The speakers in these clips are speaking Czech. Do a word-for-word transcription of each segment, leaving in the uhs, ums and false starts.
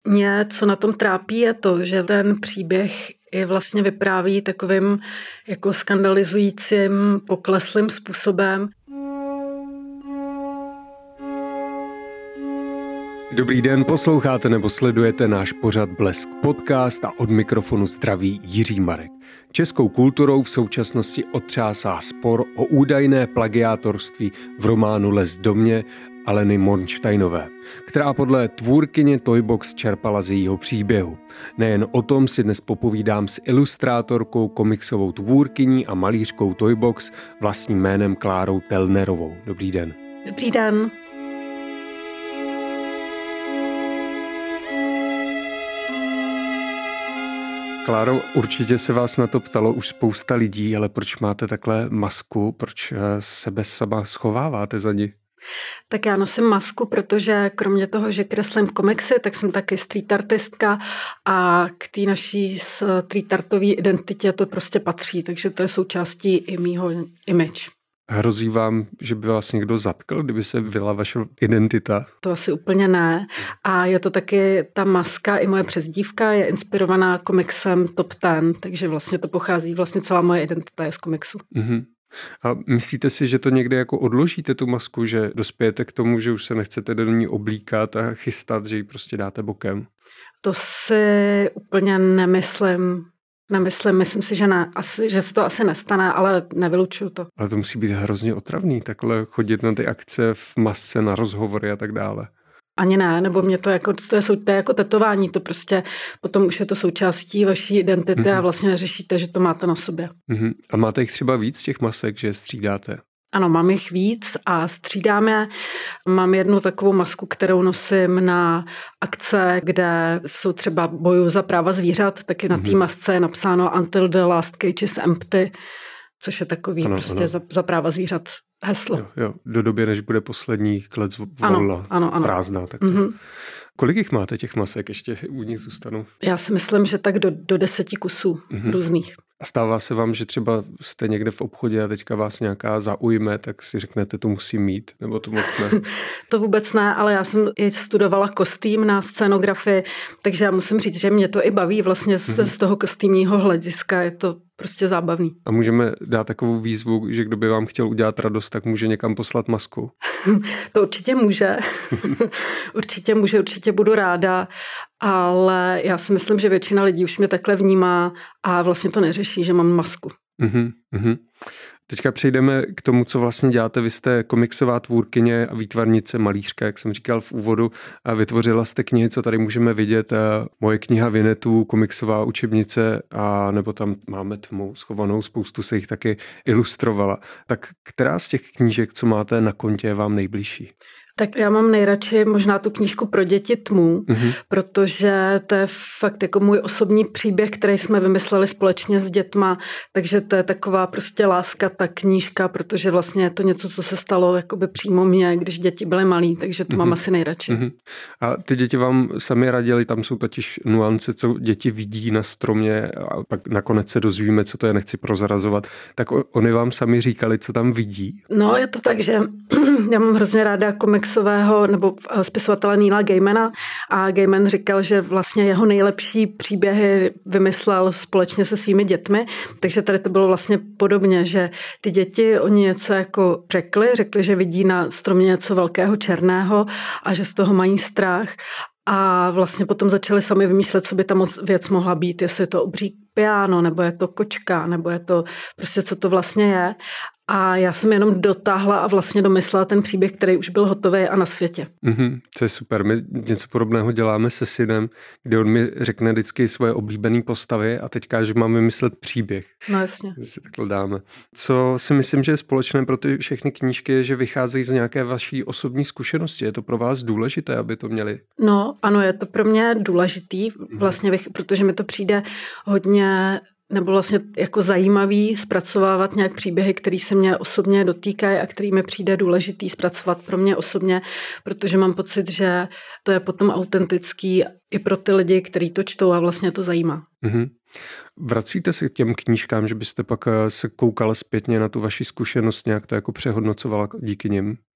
Mě, co na tom trápí, je to, že ten příběh je vlastně vypráví takovým jako skandalizujícím, pokleslým způsobem. Dobrý den, posloucháte nebo sledujete náš pořad Blesk podcast a od mikrofonu zdraví Jiří Marek. Českou kulturou v současnosti otřásá spor o údajné plagiátorství v románu Les v domě Aleny Mornsteinové, která podle tvůrkyně Toybox čerpala z jejího příběhu. Nejen o tom si dnes popovídám s ilustrátorkou, komiksovou tvůrkyní a malířkou Toybox vlastním jménem Klárou Telnerovou. Dobrý den. Dobrý den. Kláro, určitě se vás na to ptalo už spousta lidí, ale proč máte takhle masku, proč sebe sama schováváte za ní? Tak já nosím masku, protože kromě toho, že kreslím komiksy, tak jsem taky street artistka a k té naší street artové identitě to prostě patří, takže to je součástí i mýho image. Hrozí vám, že by vás někdo zatkl, kdyby se vyla vaše identita? To asi úplně ne. A je to taky, ta maska, i moje přezdívka je inspirovaná komiksem Top Ten, takže vlastně to pochází, vlastně celá moje identita je z komiksu. Mm-hmm. A myslíte si, že to někde jako odložíte tu masku, že dospějete k tomu, že už se nechcete do ní oblíkat a chystat, že ji prostě dáte bokem? To si úplně nemyslím. Nemyslím, myslím si, že ne. Asi, že se to asi nestane, ale nevylučuju to. Ale to musí být hrozně otravný, takhle chodit na ty akce v masce, na rozhovory a tak dále. Ani ne, nebo mě to jako, to je, to je jako tetování, to prostě potom už je to součástí vaší identity mm-hmm. a vlastně neřešíte, že to máte na sobě. Mm-hmm. A máte jich třeba víc těch masek, že je střídáte? Ano, mám jich víc a střídáme. Mám jednu takovou masku, kterou nosím na akce, kde jsou třeba bojují za práva zvířat, taky na té masce je napsáno Until the last cage is empty, což je takový ano, prostě ano. Za, za práva zvířat heslo. Jo, jo, do doby, než bude poslední klec volna, ano, ano. prázdná. Tak mm-hmm. Kolik jich máte těch masek, ještě u nich zůstanu? Já si myslím, že tak do, do deseti kusů mm-hmm. různých. A stává se vám, že třeba jste někde v obchodě a teďka vás nějaká zaujme, tak si řeknete, to musím mít, nebo to moc ne? To vůbec ne, ale já jsem i studovala kostým na scénografii, takže já musím říct, že mě to i baví vlastně z, mm-hmm. z toho kostýmního hlediska, je to prostě zábavný. A můžeme dát takovou výzvu, že kdo by vám chtěl udělat radost, tak může někam poslat masku? To určitě může. určitě může, určitě budu ráda, ale já si myslím, že většina lidí už mě takhle vnímá a vlastně to neřeší, že mám masku. Uh-huh, uh-huh. Teďka přejdeme k tomu, co vlastně děláte. Vy jste komiksová tvůrkyně a výtvarnice, malířka, jak jsem říkal v úvodu. A vytvořila jste knihy, co tady můžeme vidět. Moje kniha Vinetu, komiksová učebnice, a nebo tam máme tmou schovanou, spoustu se jich taky ilustrovala. Tak která z těch knížek, co máte na kontě, je vám nejbližší? Tak já mám nejradši možná tu knížku Pro děti tmu, mm-hmm. protože to je fakt jako můj osobní příběh, který jsme vymysleli společně s dětma, takže to je taková prostě láska, ta knížka, protože vlastně je to něco, co se stalo jakoby přímo mně, když děti byly malí, takže to mm-hmm. mám asi nejradši. Mm-hmm. A ty děti vám sami radili, tam jsou totiž nuance, co děti vidí na stromě a pak nakonec se dozvíme, co to je, nechci prozrazovat, tak oni vám sami říkali, co tam vidí? No je to tak, že já mám hrozně ráda komiksového nebo spisovatele Neila Gaimana a Gaiman říkal, že vlastně jeho nejlepší příběhy vymyslel společně se svými dětmi, takže tady to bylo vlastně podobně, že ty děti, oni něco jako řekli, řekli, že vidí na stromě něco velkého černého a že z toho mají strach. A vlastně potom začali sami vymýšlet, co by ta věc mohla být, jestli je to obří piano, nebo je to kočka, nebo je to prostě, co to vlastně je. A já jsem jenom dotáhla a vlastně domyslela ten příběh, který už byl hotový a na světě. Mm-hmm, to je super. My něco podobného děláme se synem, kdy on mi řekne vždycky svoje oblíbené postavy a teďka, že máme myslet příběh. No jasně. Si takhle dáme. Co si myslím, že je společné pro ty všechny knížky, je, že vycházejí z nějaké vaší osobní zkušenosti. Je to pro vás důležité, aby to měli? No ano, je to pro mě důležitý, vlastně, protože mi to přijde hodně nebo vlastně jako zajímavý zpracovávat nějak příběhy, které se mě osobně dotýkají a který mi přijde důležitý zpracovat pro mě osobně, protože mám pocit, že to je potom autentický i pro ty lidi, kteří to čtou a vlastně to zajímá. Mm-hmm. Vracíte se k těm knížkám, že byste pak se koukala zpětně na tu vaši zkušenost, nějak to jako přehodnocovala díky nim?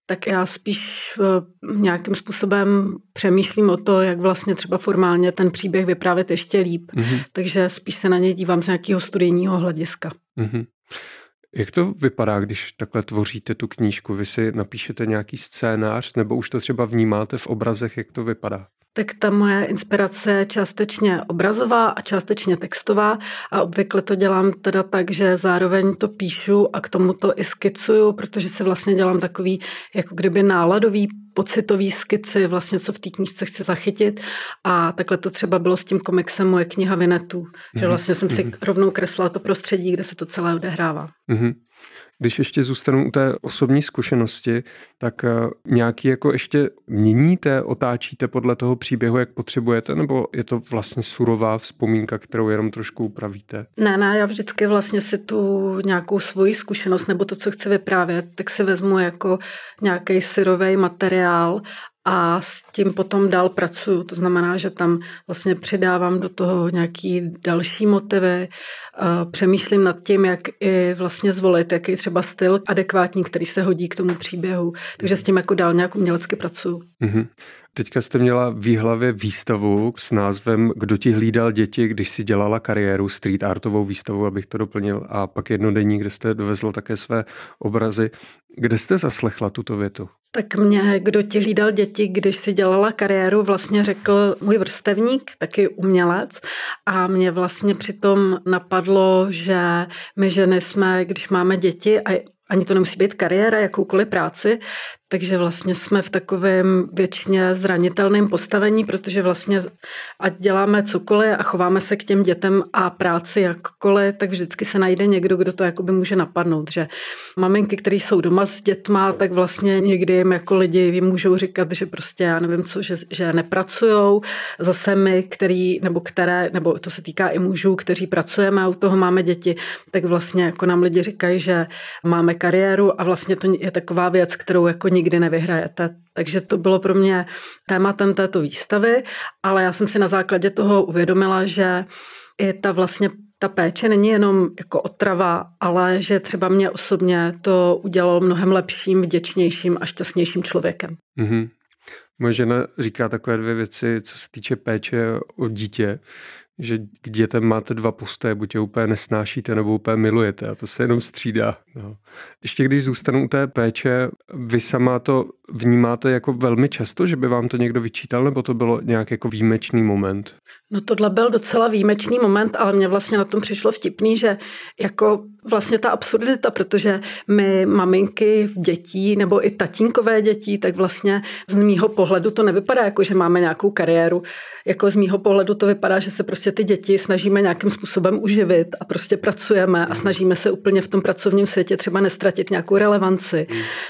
Tak já spíš nějakým způsobem přemýšlím o to, jak vlastně třeba formálně ten příběh vyprávět ještě líp. Mm-hmm. Takže spíš se na něj dívám z nějakého studijního hlediska. Mm-hmm. Jak to vypadá, když takhle tvoříte tu knížku? Vy si napíšete nějaký scénář, nebo už to třeba vnímáte v obrazech, jak to vypadá? Tak ta moje inspirace je částečně obrazová a částečně textová a obvykle to dělám teda tak, že zároveň to píšu a k tomu to i skicuju, protože si vlastně dělám takový jako kdyby náladový pocitový skici, vlastně co v té knížce chci zachytit a takhle to třeba bylo s tím komiksem Moje kniha Vinetu, mm-hmm. že vlastně jsem si mm-hmm. rovnou kreslila to prostředí, kde se to celé odehrává. Mm-hmm. Když ještě zůstanu u té osobní zkušenosti, tak nějaký jako ještě měníte, otáčíte podle toho příběhu, jak potřebujete, nebo je to vlastně surová vzpomínka, kterou jenom trošku upravíte? Ne, ne, já vždycky vlastně si tu nějakou svoji zkušenost nebo to, co chci vyprávět, tak si vezmu jako nějaký syrový materiál a s tím potom dál pracuju. To znamená, že tam vlastně přidávám do toho nějaký další motivy, přemýšlím nad tím, jak i vlastně zvolit, jaký třeba styl adekvátní, který se hodí k tomu příběhu. Takže s tím jako dál nějak umělecky pracuju. Mm-hmm. Teďka jste měla v Jihlavě výstavu s názvem Kdo ti hlídal děti, když si dělala kariéru, street artovou výstavu, abych to doplnil, a pak jednodenní, kde jste dovezla také své obrazy. Kde jste zaslechla tuto větu? Tak mě, kdo ti hlídal děti, když si dělala kariéru, vlastně řekl můj vrstevník, taky umělec, a mě vlastně přitom napadlo, že my ženy jsme, když máme děti, a ani to nemusí být kariéra, jakoukoliv práci, takže vlastně jsme v takovém věčně zranitelném postavení, protože vlastně ať děláme cokoliv a chováme se k těm dětem a práci jakkoliv, tak vždycky se najde někdo, kdo to jakoby může napadnout, že maminky, které jsou doma s dětma, tak vlastně někdy jim jako lidi jim můžou říkat, že prostě já nevím co, že, že nepracujou, zase my, který, nebo které, nebo to se týká i mužů, kteří pracujeme a u toho máme děti, tak vlastně jako nám lidi říkají, že máme kariéru a vlastně to je taková věc, kterou jako nikdy nevyhrajete. Takže to bylo pro mě tématem této výstavy, ale já jsem si na základě toho uvědomila, že i ta vlastně ta péče není jenom jako otrava, ale že třeba mě osobně to udělalo mnohem lepším, vděčnějším a šťastnějším člověkem. Mm-hmm. Moje žena říká takové dvě věci, co se týče péče o dítě, že k dětem máte dva postoje, buď je úplně nesnášíte, nebo úplně milujete a to se jenom střídá. No. Ještě když zůstanu u té péče, vy sama to vnímáte jako velmi často, že by vám to někdo vyčítal, nebo to bylo nějak jako výjimečný moment? No tohle byl docela výjimečný moment, ale mě vlastně na tom přišlo vtipný, že jako vlastně ta absurdita, protože my maminky dětí nebo i tatínkové dětí, tak vlastně z mýho pohledu to nevypadá jako, že máme nějakou kariéru. Jako z mýho pohledu to vypadá, že se prostě ty děti snažíme nějakým způsobem uživit a prostě pracujeme a snažíme se úplně v tom pracovním světě třeba nestratit nějakou relevanci.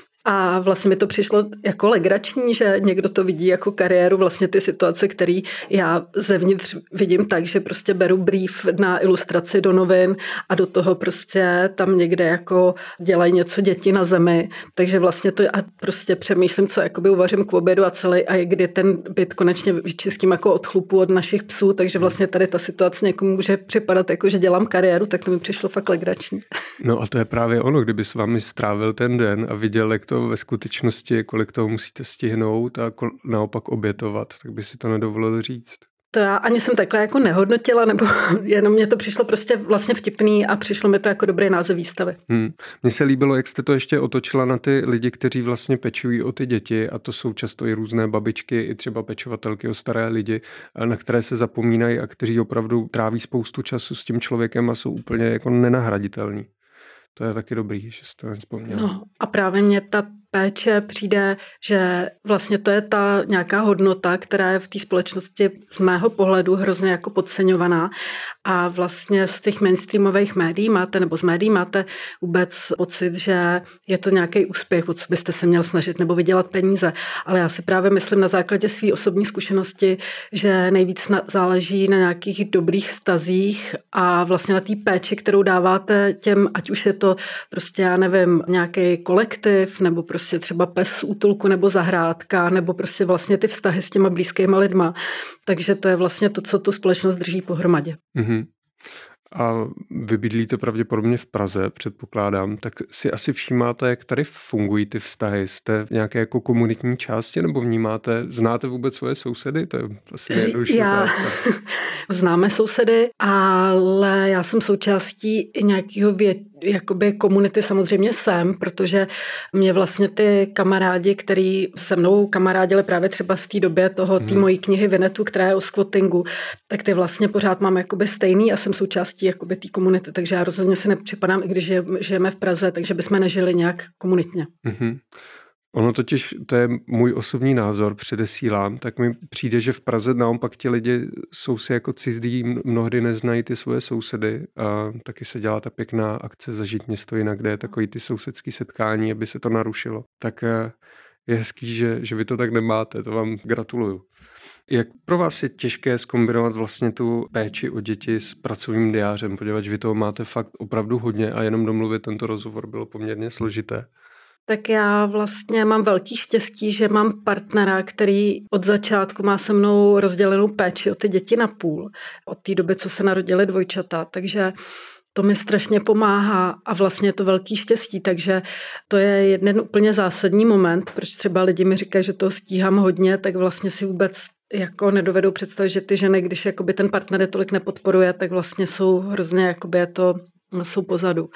A vlastně mi to přišlo jako legrační, že někdo to vidí jako kariéru, vlastně ty situace, které já zevnitř vidím tak, že prostě beru brief na ilustraci do novin a do toho prostě tam někde jako dělají něco děti na zemi, takže vlastně to a prostě přemýšlím, co jakoby uvařím k obědu a celý a kdy ten byt konečně vyčistím jako od chlupů od našich psů, takže vlastně tady ta situace někomu může připadat jako, že dělám kariéru, tak to mi přišlo fakt legrační. No a to je právě ono, kdyby s vámi strávil ten den a viděl, jak to ve skutečnosti, kolik toho musíte stihnout a kol- naopak obětovat, tak by si to nedovolil říct. To já ani jsem takhle jako nehodnotila, nebo jenom mě to přišlo prostě vlastně vtipný a přišlo mi to jako dobrý název výstavy. Hmm. Mně se líbilo, jak jste to ještě otočila na ty lidi, kteří vlastně pečují o ty děti a to jsou často i různé babičky, i třeba pečovatelky o staré lidi, na které se zapomínají a kteří opravdu tráví spoustu času s tím člověkem a jsou úplně jako nenahraditelní. To je taky dobrý, že jste to nevzpomněla. No a právě mě ta péče přijde, že vlastně to je ta nějaká hodnota, která je v té společnosti z mého pohledu hrozně jako podceňovaná a vlastně z těch mainstreamových médií máte, nebo z médií máte vůbec pocit, že je to nějaký úspěch, o co byste se měl snažit nebo vydělat peníze, ale já si právě myslím na základě své osobní zkušenosti, že nejvíc na, záleží na nějakých dobrých vztazích a vlastně na té péči, kterou dáváte těm, ať už je to prostě, já nevím, nějaký kolektiv nebo prostě prostě třeba pes z útulku nebo zahrádka, nebo prostě vlastně ty vztahy s těma blízkýma lidma. Takže to je vlastně to, co tu společnost drží pohromadě. Mm-hmm. a vy bydlíte pravděpodobně v Praze, předpokládám, tak si asi všímáte, jak tady fungují ty vztahy. Jste v nějaké jako komunitní části nebo vnímáte, znáte vůbec svoje sousedy? To je asi nejjednodušší Já známe sousedy, ale já jsem součástí i nějakého vě, jakoby komunity samozřejmě jsem, protože mě vlastně ty kamarádi, který se mnou kamarádili právě třeba v té době toho, té hmm. mojí knihy Vinetu, která je o squattingu, tak ty vlastně pořád mám jakoby stejný a jsem součástí jakoby té komunity, takže já rozhodně si nepřipadám, i když žijeme v Praze, takže bychom nežili nějak komunitně. Hmm. Ono totiž, to je můj osobní názor, předesílám, tak mi přijde, že v Praze naopak ti lidi jsou si jako cizí, mnohdy neznají ty svoje sousedy a taky se dělá ta pěkná akce Zažít město jinak, kde je takový ty sousedský setkání, aby se to narušilo. Tak je hezký, že, že vy to tak nemáte, to vám gratuluju. Jak pro vás je těžké zkombinovat vlastně tu péči o děti s pracovním diářem, poněvadž vy toho máte fakt opravdu hodně a jenom domluvit tento rozhovor bylo poměrně složité? Tak já vlastně mám velký štěstí, že mám partnera, který od začátku má se mnou rozdělenou péči o ty děti na půl. Od té doby, co se narodily dvojčata, takže to mi strašně pomáhá a vlastně je to velký štěstí, takže to je jeden úplně zásadní moment, proč třeba lidi mi říkají, že to stíhám hodně, tak vlastně si vůbec jako nedovedou představit, že ty ženy, když jakoby ten partner je tolik nepodporuje, tak vlastně jsou hrozně, jakoby je to, jsou pozadu.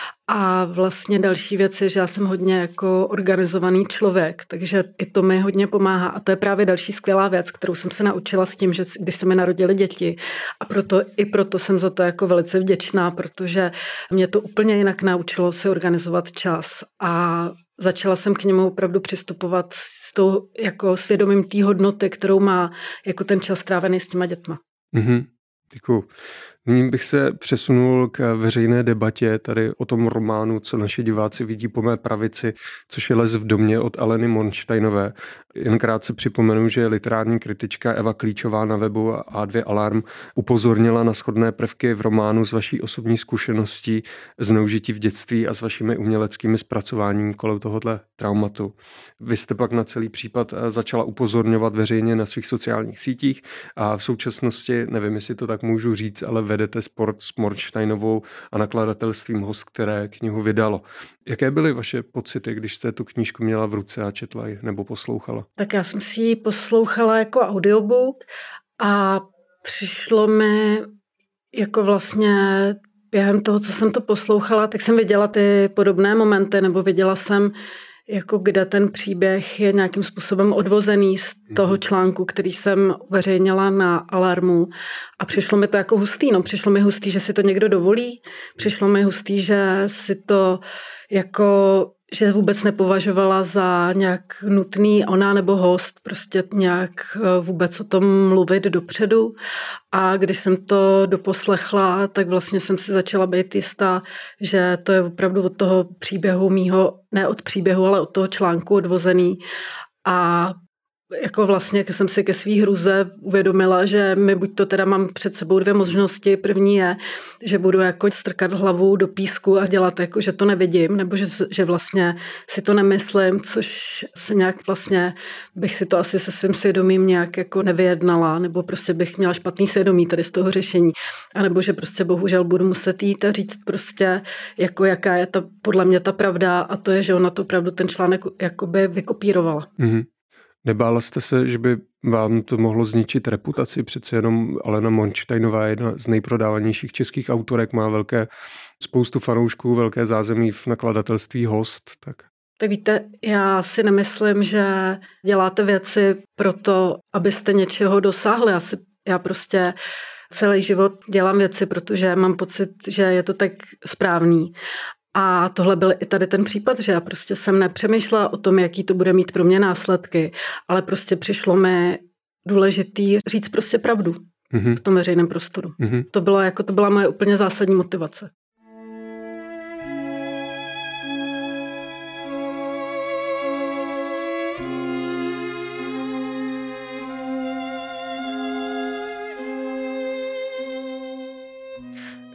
A vlastně další věc je, že já jsem hodně jako organizovaný člověk, takže i to mi hodně pomáhá. A to je právě další skvělá věc, kterou jsem se naučila s tím, že když se mi narodily děti. A proto i proto jsem za to jako velice vděčná, protože mě to úplně jinak naučilo si organizovat čas. A začala jsem k němu opravdu přistupovat s tou jako svědomím té hodnoty, kterou má jako ten čas strávený s těma dětma. Mm-hmm. Děkuju. Nyní bych se přesunul k veřejné debatě tady o tom románu, co naši diváci vidí po mé pravici, což je Les v domě od Aleny Monštejnové. Jen krátce připomenu, že literární kritička Eva Klíčová na webu á dva Alarm upozornila na shodné prvky v románu z vaší osobní zkušeností zneužití v dětství a s vašimi uměleckými zpracováním kolem tohohle traumatu. Vy jste pak na celý případ začala upozorňovat veřejně na svých sociálních sítích a v současnosti, nevím, jestli to tak můžu říct, ale vedete spor s Monštejnovou a nakladatelstvím Host, které knihu vydalo. Jaké byly vaše pocity, když jste tu knížku měla v ruce a četla ji nebo poslouchala? Tak já jsem si ji poslouchala jako audiobook a přišlo mi jako vlastně během toho, co jsem to poslouchala, tak jsem viděla ty podobné momenty, nebo viděla jsem, jako kde ten příběh je nějakým způsobem odvozený z toho článku, který jsem uveřejnila na Alarmu. A přišlo mi to jako hustý. No, přišlo mi hustý, že si to někdo dovolí. Přišlo mi hustý, že si to jako, že vůbec nepovažovala za nějak nutný ona nebo Host, prostě nějak vůbec o tom mluvit dopředu. A když jsem to doposlechla, tak vlastně jsem si začala být jistá, že to je opravdu od toho příběhu mýho, ne od příběhu, ale od toho článku odvozený. A jako vlastně jsem si ke svý hruze uvědomila, že my buď to teda mám před sebou dvě možnosti. První je, že budu jako strkat hlavu do písku a dělat jako, že to nevidím, nebo že, že vlastně si to nemyslím, což se nějak vlastně bych si to asi se svým svědomím nějak jako nevyjednala, nebo prostě bych měla špatný svědomí tady z toho řešení. A nebo že prostě bohužel budu muset jít a říct prostě, jako jaká je ta, podle mě ta pravda, a to je, že ona to opravdu ten článek jakoby vykopírovala. Mm-hmm. Nebála jste se, že by vám to mohlo zničit reputaci? Přece jenom Alena Monštejnová je jedna z nejprodávanějších českých autorek, má velké spoustu fanoušků, velké zázemí v nakladatelství Host. Tak. Tak víte, já si nemyslím, že děláte věci proto, abyste něčeho dosáhli. Já, si, já prostě celý život dělám věci, protože mám pocit, že je to tak správný. A tohle byl i tady ten případ, že já prostě jsem nepřemýšlela o tom, jaký to bude mít pro mě následky, ale prostě přišlo mi důležitý říct prostě pravdu mm-hmm. v tom veřejném prostoru. Mm-hmm. To bylo jako, to byla moje úplně zásadní motivace.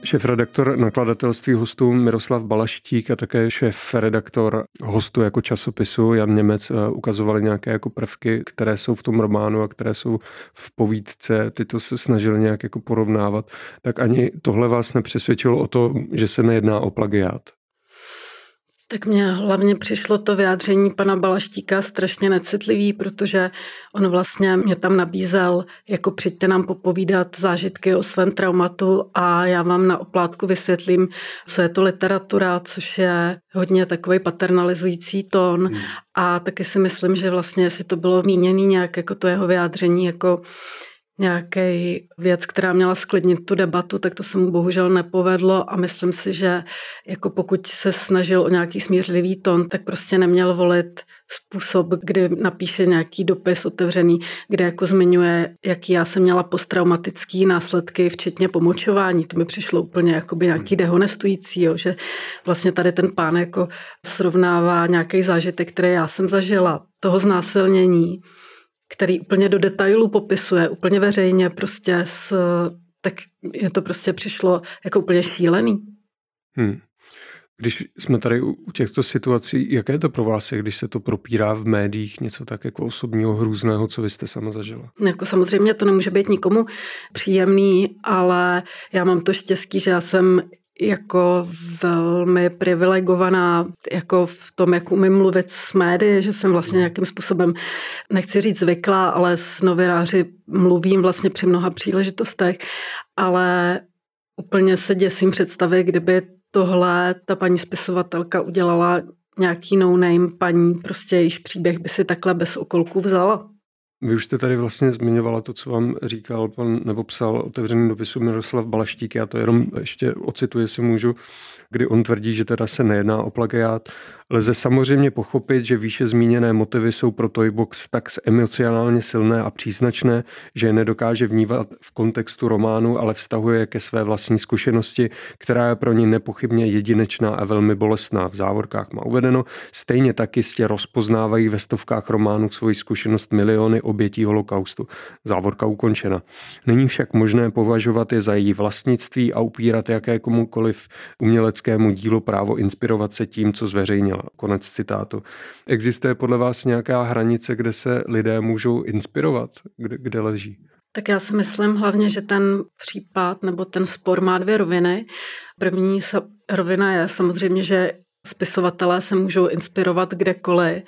Šéfredaktor nakladatelství hostů Miroslav Balaštík a také šéfredaktor hostů jako časopisu Jan Němec ukazovali nějaké jako prvky, které jsou v tom románu a které jsou v povídce. Ty to se snažili nějak jako porovnávat. Tak ani tohle vás nepřesvědčilo o to, že se nejedná o plagiát? Tak mně hlavně přišlo to vyjádření pana Balaštíka strašně necitlivý, protože on vlastně mě tam nabízel, jako přijďte nám popovídat zážitky o svém traumatu a já vám na oplátku vysvětlím, co je to literatura, což je hodně takový paternalizující tón. Hmm. A taky si myslím, že vlastně si to bylo míněný nějak jako to jeho vyjádření, jako nějaký věc, která měla sklidnit tu debatu, tak to se mu bohužel nepovedlo a myslím si, že jako pokud se snažil o nějaký smířlivý tón, tak prostě neměl volit způsob, kdy napíše nějaký dopis otevřený, kde jako zmiňuje, jaký já jsem měla posttraumatický následky, včetně pomočování. To mi přišlo úplně jakoby nějaký dehonestující, jo, že vlastně tady ten pán jako srovnává nějaký zážitek, který já jsem zažila, toho znásilnění, který úplně do detailů popisuje, úplně veřejně prostě, s, tak je to prostě přišlo jako úplně šílený. Hmm. Když jsme tady u těchto situací, jaké je to pro vás, když se to propírá v médiích, něco tak jako osobního, hrůzného, co vy jste sama zažila? Jako samozřejmě to nemůže být nikomu příjemný, ale já mám to štěstí, že já jsem jako velmi privilegovaná jako v tom, jak umím mluvit s médii, že jsem vlastně nějakým způsobem, nechci říct zvyklá, ale s novináři mluvím vlastně při mnoha příležitostech, ale úplně se děsím představy, kdyby tohle ta paní spisovatelka udělala nějaký no-name paní, prostě jejíž příběh by si takhle bez okolků vzala. Vy už jste tady vlastně zmiňovala to, co vám říkal pan, nebo psal otevřený dopisu Miroslav Balaštík, já to jenom ještě ocituji, si můžu, kdy on tvrdí, že teda se nejedná o plagiát. Lze samozřejmě pochopit, že výše zmíněné motivy jsou pro Toybox tak emocionálně silné a příznačné, že je nedokáže vnímat v kontextu románu, ale vztahuje je ke své vlastní zkušenosti, která je pro ní nepochybně jedinečná a velmi bolestná. V závorkách má uvedeno, stejně tak jistě rozpoznávají ve stovkách románů svoji zkušenost miliony obětí holokaustu. Závorka ukončena. Není však možné považovat je za její vlastnictví a upírat jakékomukoliv uměleckému dílu právo inspirovat se tím, co zveřejnila. Konec citátu. Existuje podle vás nějaká hranice, kde se lidé můžou inspirovat? Kde, kde leží? Tak já si myslím hlavně, že ten případ nebo ten spor má dvě roviny. První rovina je samozřejmě, že spisovatelé se můžou inspirovat kdekoliv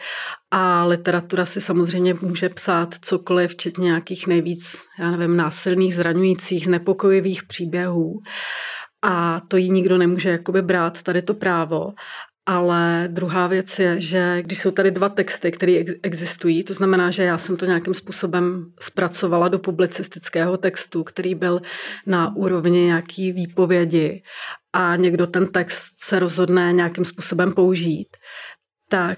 a literatura si samozřejmě může psát cokoliv, včetně nějakých nejvíc, já nevím, násilných, zraňujících, znepokojivých příběhů. A to jí nikdo nemůže jakoby brát, tady to právo. Ale druhá věc je, že když jsou tady dva texty, které existují, to znamená, že já jsem to nějakým způsobem zpracovala do publicistického textu, který byl na úrovni nějaký výpovědi a někdo ten text se rozhodne nějakým způsobem použít, tak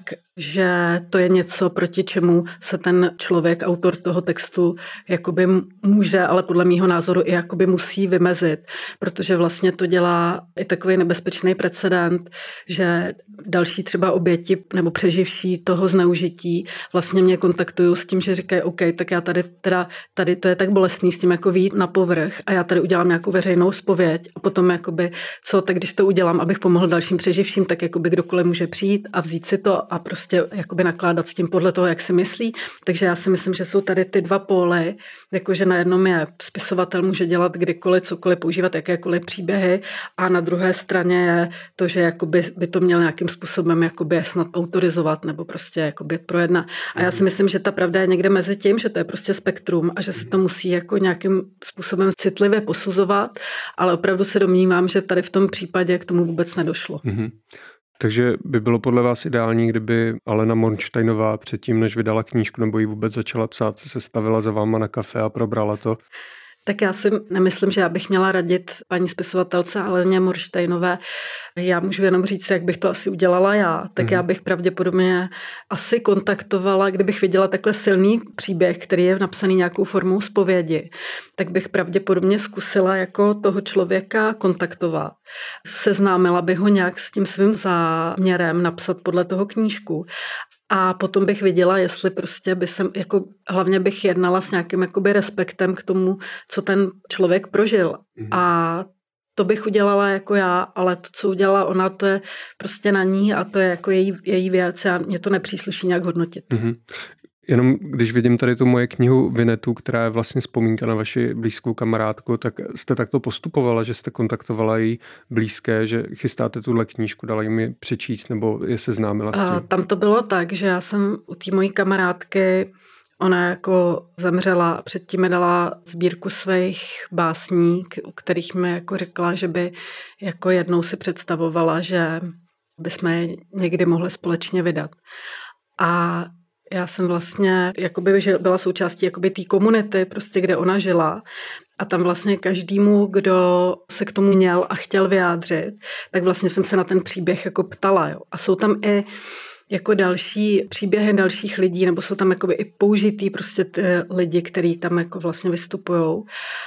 že to je něco, proti čemu se ten člověk, autor toho textu, jakoby může, ale podle mýho názoru i jakoby musí vymezit, protože vlastně to dělá i takový nebezpečný precedent, že další třeba oběti nebo přeživší toho zneužití vlastně mě kontaktují s tím, že říkají, OK, tak já tady teda, tady to je tak bolestný s tím jako vyjít na povrch a já tady udělám nějakou veřejnou zpověď a potom jakoby, co, tak když to udělám, abych pomohl dalším přeživším, tak jakoby kdokoliv může přijít a vzít si to a prostě jakoby nakládat s tím podle toho, jak si myslí. Takže já si myslím, že jsou tady ty dva póly, jakože na jednom je spisovatel může dělat kdykoliv, cokoliv, používat jakékoliv příběhy a na druhé straně je to, že jakoby by to měl nějakým způsobem jakoby snad autorizovat nebo prostě jakoby projednat. A já si myslím, že ta pravda je někde mezi tím, že to je prostě spektrum a že se to musí jako nějakým způsobem citlivě posuzovat, ale opravdu se domnívám, že tady v tom případě k tomu vůbec nedošlo. Mm-hmm. Takže by bylo podle vás ideální, kdyby Alena Mornsteinová předtím, než vydala knížku nebo ji vůbec začala psát, se stavila za váma na kafe a probrala to? Tak já si nemyslím, že já bych měla radit paní spisovatelce Aleně Mornsteinové. Já můžu jenom říct, jak bych to asi udělala já. Tak mm. já bych pravděpodobně asi kontaktovala, kdybych viděla takhle silný příběh, který je napsaný nějakou formou zpovědi, tak bych pravděpodobně zkusila jako toho člověka kontaktovat. Seznámila bych ho nějak s tím svým záměrem napsat podle toho knížku. A potom bych viděla, jestli prostě by jsem, jako hlavně bych jednala s nějakým jakoby respektem k tomu, co ten člověk prožil. Mm. A to bych udělala jako já, ale to, co udělala ona, to je prostě na ní a to je jako její, její věc a mě to nepřísluší nějak hodnotit. Mm-hmm. Jenom když vidím tady tu moje knihu Vinetu, která je vlastně vzpomínka na vaši blízkou kamarádku, tak jste takto postupovala, že jste kontaktovala její blízké, že chystáte tuhle knížku, dala jim ji přečíst nebo je seznámila s tím? A tam to bylo tak, že já jsem u té mojí kamarádky, ona jako zemřela a předtím mi dala sbírku svých básní, u kterých mi jako řekla, že by jako jednou si představovala, že bychom je někdy mohli společně vydat. A já jsem vlastně jakoby byla součástí jakoby té komunity, prostě kde ona žila a tam vlastně každému, kdo se k tomu měl a chtěl vyjádřit, tak vlastně jsem se na ten příběh jako ptala. Jo. A jsou tam i jako další příběhy dalších lidí, nebo jsou tam jakoby i použitý prostě ty lidi, kteří tam jako vlastně vystupujou.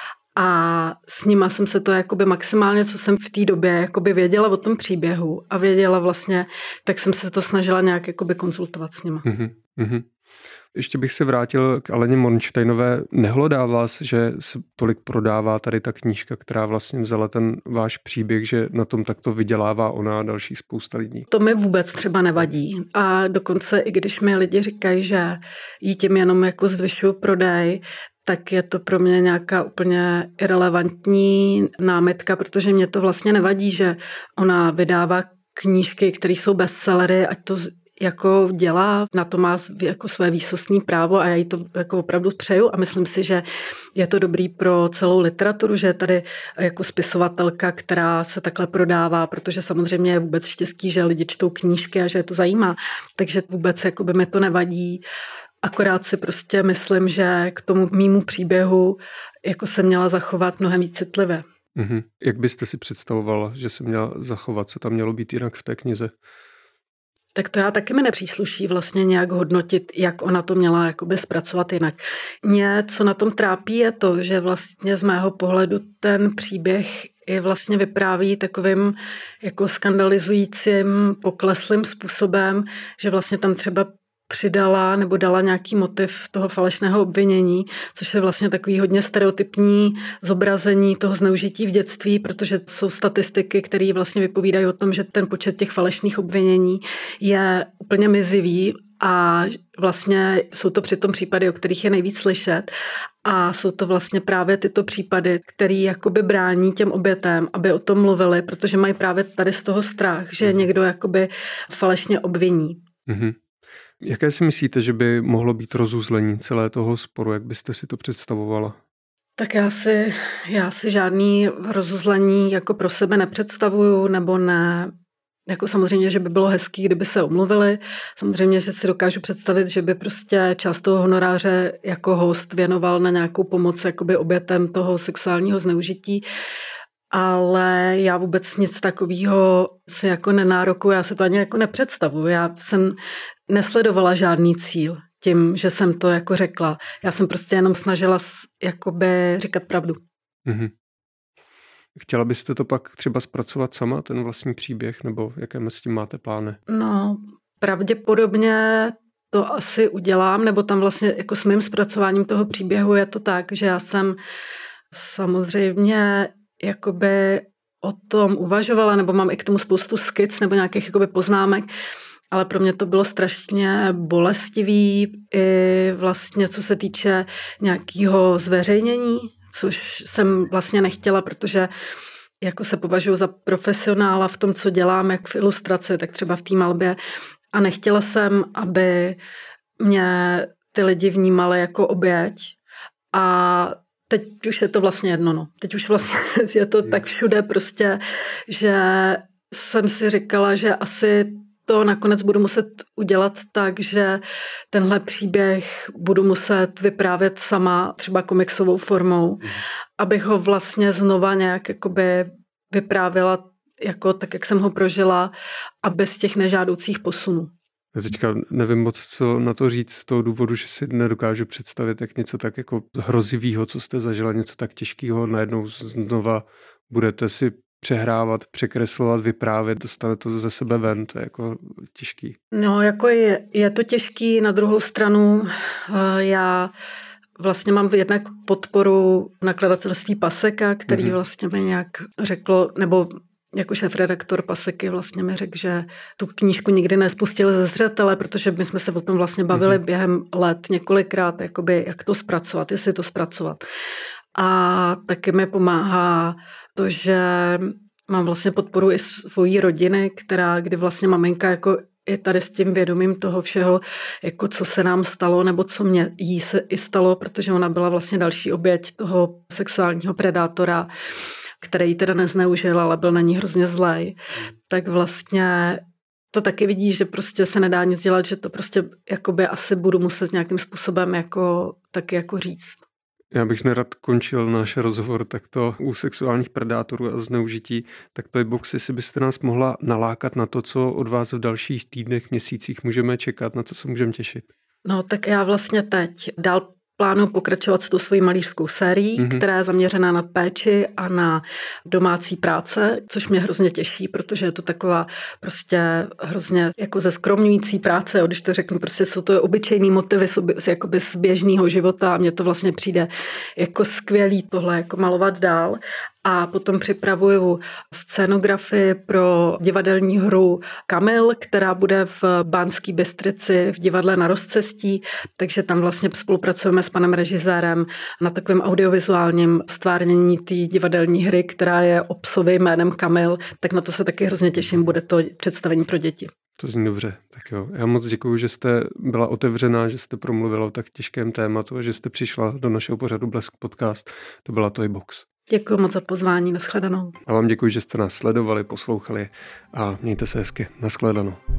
A s nima jsem se to jakoby maximálně, co jsem v té době jakoby věděla o tom příběhu a věděla vlastně, tak jsem se to snažila nějak jakoby konzultovat s nima. Mm-hmm, mm-hmm. Ještě bych se vrátil k Aleně Mornštejnové. Nehlodá vás, že se tolik prodává tady ta knížka, která vlastně vzala ten váš příběh, že na tom takto vydělává ona a další spousta lidí? To mi vůbec třeba nevadí. A dokonce i když mi lidi říkají, že jí tím jenom jako zvyšuju prodej, tak je to pro mě nějaká úplně irelevantní námitka, protože mě to vlastně nevadí, že ona vydává knížky, které jsou bestsellery, ať to jako dělá, na to má jako své výsostné právo a já jí to jako opravdu přeju a myslím si, že je to dobrý pro celou literaturu, že je tady jako spisovatelka, která se takhle prodává, protože samozřejmě je vůbec štěstí, že lidi čtou knížky a že je to zajímá, takže vůbec jako by mi to nevadí. Akorát si prostě myslím, že k tomu mýmu příběhu jako se měla zachovat mnohem víc citlivě. Mm-hmm. Jak byste si představovala, že se měla zachovat, co tam mělo být jinak v té knize? Tak to já taky mi nepřísluší vlastně nějak hodnotit, jak ona to měla jakoby zpracovat jinak. Mě, co na tom trápí, je to, že vlastně z mého pohledu ten příběh je vlastně vypráví takovým jako skandalizujícím, pokleslým způsobem, že vlastně tam třeba přidala nebo dala nějaký motiv toho falešného obvinění, což je vlastně takový hodně stereotypní zobrazení toho zneužití v dětství, protože jsou statistiky, které vlastně vypovídají o tom, že ten počet těch falešných obvinění je úplně mizivý a vlastně jsou to přitom případy, o kterých je nejvíc slyšet a jsou to vlastně právě tyto případy, které jakoby brání těm obětem, aby o tom mluvili, protože mají právě tady z toho strach, že někdo jakoby falešně obviní. Mm-hmm. Jaké si myslíte, že by mohlo být rozuzlení celé toho sporu? Jak byste si to představovala? Tak já si, já si žádný rozuzlení jako pro sebe nepředstavuju, nebo ne. Jako samozřejmě, že by bylo hezký, kdyby se omluvili. Samozřejmě, že si dokážu představit, že by prostě část toho honoráře jako host věnoval na nějakou pomoc jakoby obětem toho sexuálního zneužití. Ale já vůbec nic takového si jako nenárokuji, já si to ani jako nepředstavuji. Já jsem nesledovala žádný cíl tím, že jsem to jako řekla. Já jsem prostě jenom snažila jakoby říkat pravdu. Mm-hmm. Chtěla byste to pak třeba zpracovat sama, ten vlastní příběh, nebo jaké s tím máte plány? No, pravděpodobně to asi udělám, nebo tam vlastně jako s mým zpracováním toho příběhu je to tak, že já jsem samozřejmě jakoby o tom uvažovala, nebo mám i k tomu spoustu skic nebo nějakých jakoby poznámek, ale pro mě to bylo strašně bolestivý i vlastně co se týče nějakého zveřejnění, což jsem vlastně nechtěla, protože jako se považuji za profesionála v tom, co dělám, jak v ilustraci, tak třeba v té malbě a nechtěla jsem, aby mě ty lidi vnímali jako oběť a teď už je to vlastně jedno, no. Teď už vlastně je to tak všude prostě, že jsem si říkala, že asi to nakonec budu muset udělat tak, že tenhle příběh budu muset vyprávět sama, třeba komiksovou formou, mm. abych ho vlastně znova nějak jakoby vyprávěla jako tak, jak jsem ho prožila a bez těch nežádoucích posunů. Já teďka nevím moc, co na to říct z toho důvodu, že si nedokážu představit, jak něco tak jako hrozivého, co jste zažila, něco tak těžkého, najednou znova budete si přehrávat, překreslovat, vyprávět, dostane to ze sebe ven, to je jako těžký. No, jako je, je to těžký, na druhou stranu já Vlastně mám jednak podporu nakladatelství Paseka, který mm-hmm. vlastně mi nějak řeklo, nebo jako šéfredaktor Paseky vlastně mi řekl, že tu knížku nikdy nespustil ze zřetele, protože my jsme se o tom vlastně bavili mm-hmm. během let několikrát, jakoby, jak to zpracovat, jestli to zpracovat. A taky mi pomáhá to, že mám vlastně podporu i svojí rodiny, která, kdy vlastně maminka jako je tady s tím vědomím toho všeho, jako co se nám stalo, nebo co mě jí se i stalo, protože ona byla vlastně další oběť toho sexuálního predátora, který teda nezneužil, ale byl na ní hrozně zlej. Tak vlastně to taky vidí, že prostě se nedá nic dělat, že to prostě jakoby asi budu muset nějakým způsobem jako, taky jako říct. Já bych nerad končil náš rozhovor takto u sexuálních predátorů a zneužití. Tak Toybox, jestli byste nás mohla nalákat na to, co od vás v dalších týdnech, měsících můžeme čekat, na co se můžeme těšit. No tak já vlastně teď dál plánuji pokračovat s tou svojí malířskou sérií, mm-hmm. která je zaměřená na péči a na domácí práce, což mě hrozně těší, protože je to taková prostě hrozně jako zeskromňující práce, jo, když to řeknu, prostě jsou to obyčejný motivy jakoby z běžného života a mně to vlastně přijde jako skvělý tohle jako malovat dál. A potom připravuju scénografii pro divadelní hru Kamil, která bude v Banské Bystrici v divadle Na rozcestí, takže tam vlastně spolupracujeme s panem režisérem na takovém audiovizuálním stvárnění té divadelní hry, která je o psovi jménem Kamil, tak na to se taky hrozně těším, bude to představení pro děti. To zní dobře, tak jo. Já moc děkuju, že jste byla otevřená, že jste promluvila o tak těžkém tématu a že jste přišla do našeho pořadu Blesk Podcast. To byla Toybox. Děkuji moc za pozvání, nashledanou. A vám děkuji, že jste nás sledovali, poslouchali a mějte se hezky. Nashledanou.